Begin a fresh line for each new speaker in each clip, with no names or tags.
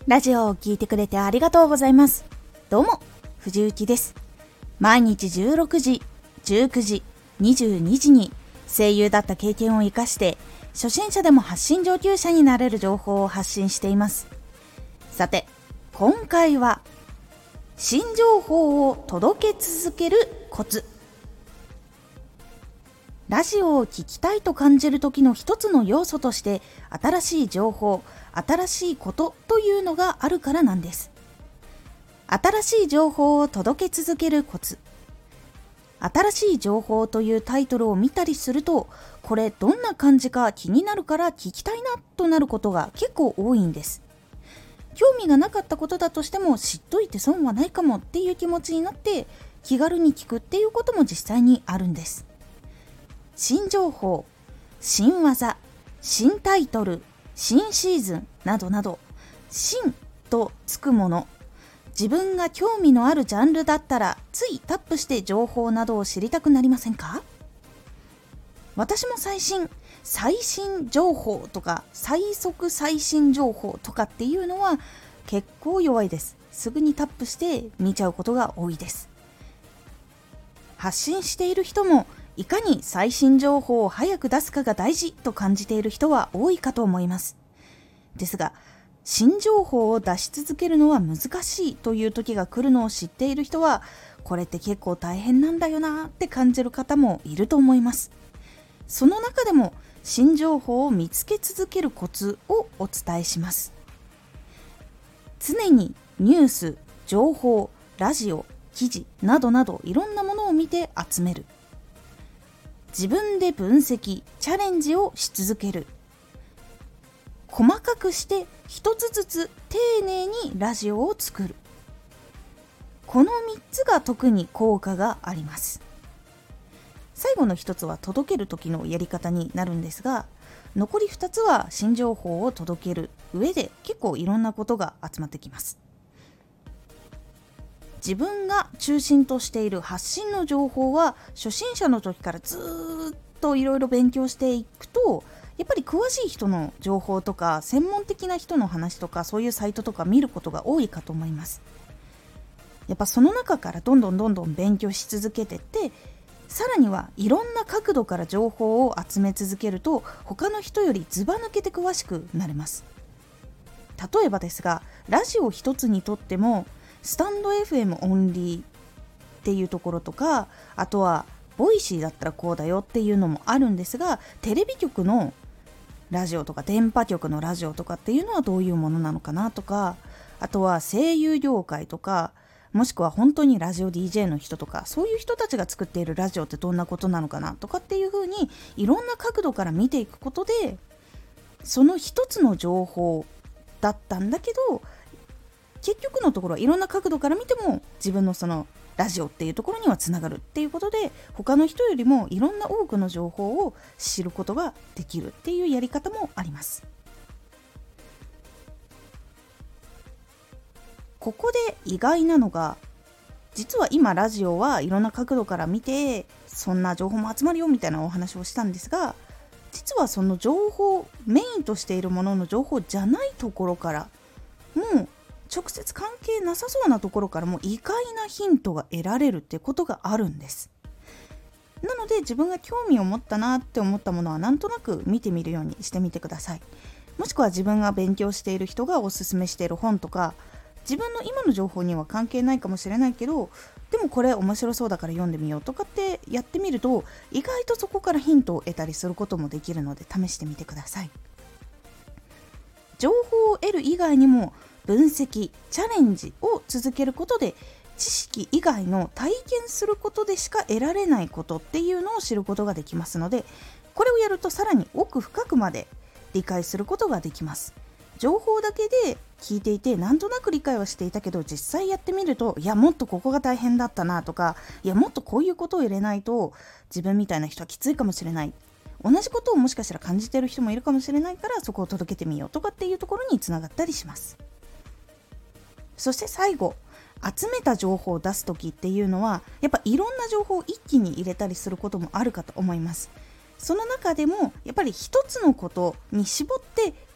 ラジオを聞いてくれてありがとうございます。どうも、藤幸です。毎日16時、19時、22時に声優だった経験を生かして初心者でも発信上級者になれる情報を発信しています。さて、今回は新情報を届け続けるコツ。ラジオを聞きたいと感じる時の一つの要素として新しい情報、新しいことというのがあるからなんです。新しい情報を届け続けるコツ。新しい情報というタイトルを見たりすると、これどんな感じか気になるから聞きたいなとなることが結構多いんです。興味がなかったことだとしても知っといて損はないかもっていう気持ちになって気軽に聞くっていうことも実際にあるんです。新情報、新技、新タイトル、新シーズンなどなど、新とつくもの、自分が興味のあるジャンルだったらついタップして情報などを知りたくなりませんか？私も最新情報とか最速最新情報とかっていうのは結構弱いです。すぐにタップして見ちゃうことが多いです。発信している人もいかに最新情報を早く出すかが大事と感じている人は多いかと思います。ですが、新情報を出し続けるのは難しいという時が来るのを知っている人は、これって結構大変なんだよなって感じる方もいると思います。その中でも新情報を見つけ続けるコツをお伝えします。常にニュース、情報、ラジオ、記事などなどいろんなものを見て集める。自分で分析、チャレンジをし続ける。細かくして一つずつ丁寧にラジオを作る。この3つが特に効果があります。最後の1つは届ける時のやり方になるんですが、残り2つは新情報を届ける上で結構いろんなことが集まってきます。自分が中心としている発信の情報は初心者の時からずっといろいろ勉強していくと、やっぱり詳しい人の情報とか専門的な人の話とかそういうサイトとか見ることが多いかと思います。やっぱその中からどんどん勉強し続けてって、さらにはいろんな角度から情報を集め続けると他の人よりずば抜けて詳しくなれます。例えばですが、ラジオ一つにとってもスタンド FM オンリーっていうところとか、あとはボイシーだったらこうだよっていうのもあるんですが、テレビ局のラジオとか電波局のラジオとかっていうのはどういうものなのかなとか、あとは声優業界とか、もしくは本当にラジオ DJ の人とか、そういう人たちが作っているラジオってどんなことなのかなとかっていう風にいろんな角度から見ていくことで、その一つの情報だったんだけど、結局のところはいろんな角度から見ても自分のそのラジオっていうところにはつながるっていうことで、他の人よりもいろんな多くの情報を知ることができるっていうやり方もあります。ここで意外なのが、実は今ラジオはいろんな角度から見てそんな情報も集まるよみたいなお話をしたんですが、実はその情報、メインとしているものの情報じゃないところから、もう直接関係なさそうなところからも意外なヒントが得られるってことがあるんです。なので自分が興味を持ったなって思ったものはなんとなく見てみるようにしてみてください。もしくは自分が勉強している人がおすすめしている本とか、自分の今の情報には関係ないかもしれないけど、でもこれ面白そうだから読んでみようとかってやってみると、意外とそこからヒントを得たりすることもできるので試してみてください。情報を得る以外にも分析、チャレンジを続けることで、知識以外の体験することでしか得られないことっていうのを知ることができますので、これをやるとさらに奥深くまで理解することができます。情報だけで聞いていてなんとなく理解はしていたけど、実際やってみると、いやもっとここが大変だったなとか、いやもっとこういうことを入れないと自分みたいな人はきついかもしれない、同じことをもしかしたら感じている人もいるかもしれないから、そこを届けてみようとかっていうところにつながったりします。そして最後、集めた情報を出すときっていうのは、やっぱいろんな情報を一気に入れたりすることもあるかと思います。その中でもやっぱり一つのことに絞って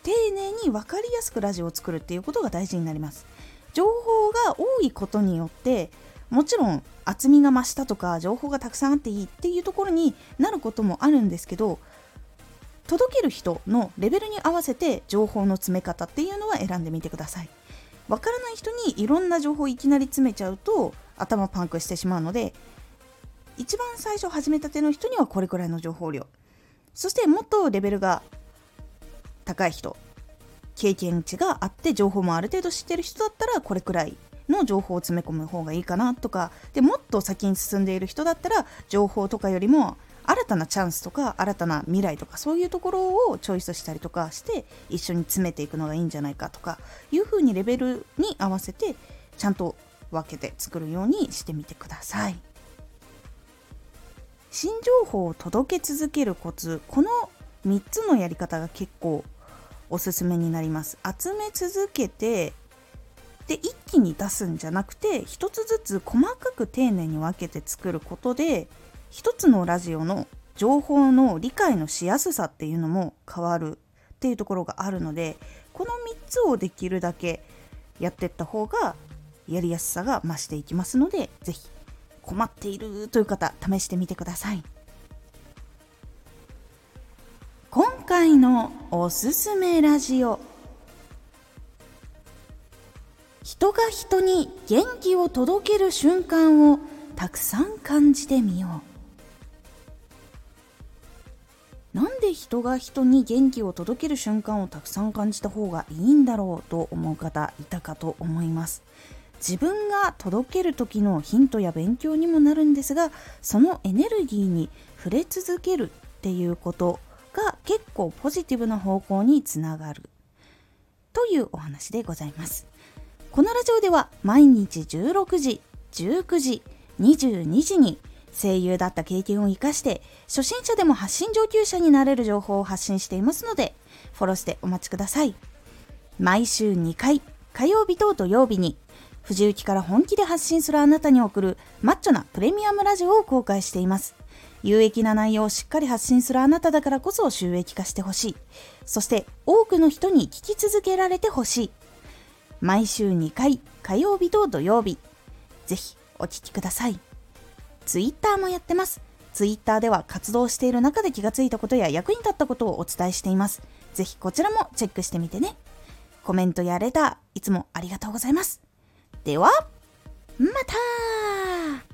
丁寧に分かりやすくラジオを作るっていうことが大事になります。情報が多いことによってもちろん厚みが増したとか情報がたくさんあっていいっていうところになることもあるんですけど、届ける人のレベルに合わせて情報の詰め方っていうのは選んでみてください。わからない人にいろんな情報をいきなり詰めちゃうと頭パンクしてしまうので、一番最初始めたての人にはこれくらいの情報量、そしてもっとレベルが高い人、経験値があって情報もある程度知ってる人だったらこれくらいの情報を詰め込む方がいいかなとかで、もっと先に進んでいる人だったら情報とかよりも新たなチャンスとか新たな未来とかそういうところをチョイスしたりとかして一緒に詰めていくのがいいんじゃないかとかいう風にレベルに合わせてちゃんと分けて作るようにしてみてください。新情報を届け続けるコツ、この3つのやり方が結構おすすめになります。集め続けてで一気に出すんじゃなくて一つずつ細かく丁寧に分けて作ることで一つのラジオの情報の理解のしやすさっていうのも変わるっていうところがあるので、この3つをできるだけやっていった方がやりやすさが増していきますので、ぜひ困っているという方試してみてください。今回のおすすめラジオ、人が人に元気を届ける瞬間をたくさん感じてみよう。なんで人が人に元気を届ける瞬間をたくさん感じた方がいいんだろうと思う方いたかと思います。自分が届ける時のヒントや勉強にもなるんですが、そのエネルギーに触れ続けるっていうことが結構ポジティブな方向につながるというお話でございます。このラジオでは毎日16時、19時、22時に声優だった経験を生かして初心者でも発信上級者になれる情報を発信していますので、フォローしてお待ちください。毎週2回、火曜日と土曜日に藤雪から本気で発信するあなたに送るマッチョなプレミアムラジオを公開しています。有益な内容をしっかり発信するあなただからこそ収益化してほしい。そして多くの人に聞き続けられてほしい。毎週2回、火曜日と土曜日、ぜひお聞きください。ツイッターもやってます。ツイッターでは活動している中で気がついたことや役に立ったことをお伝えしています。ぜひこちらもチェックしてみてね。コメントやレターいつもありがとうございます。ではまた。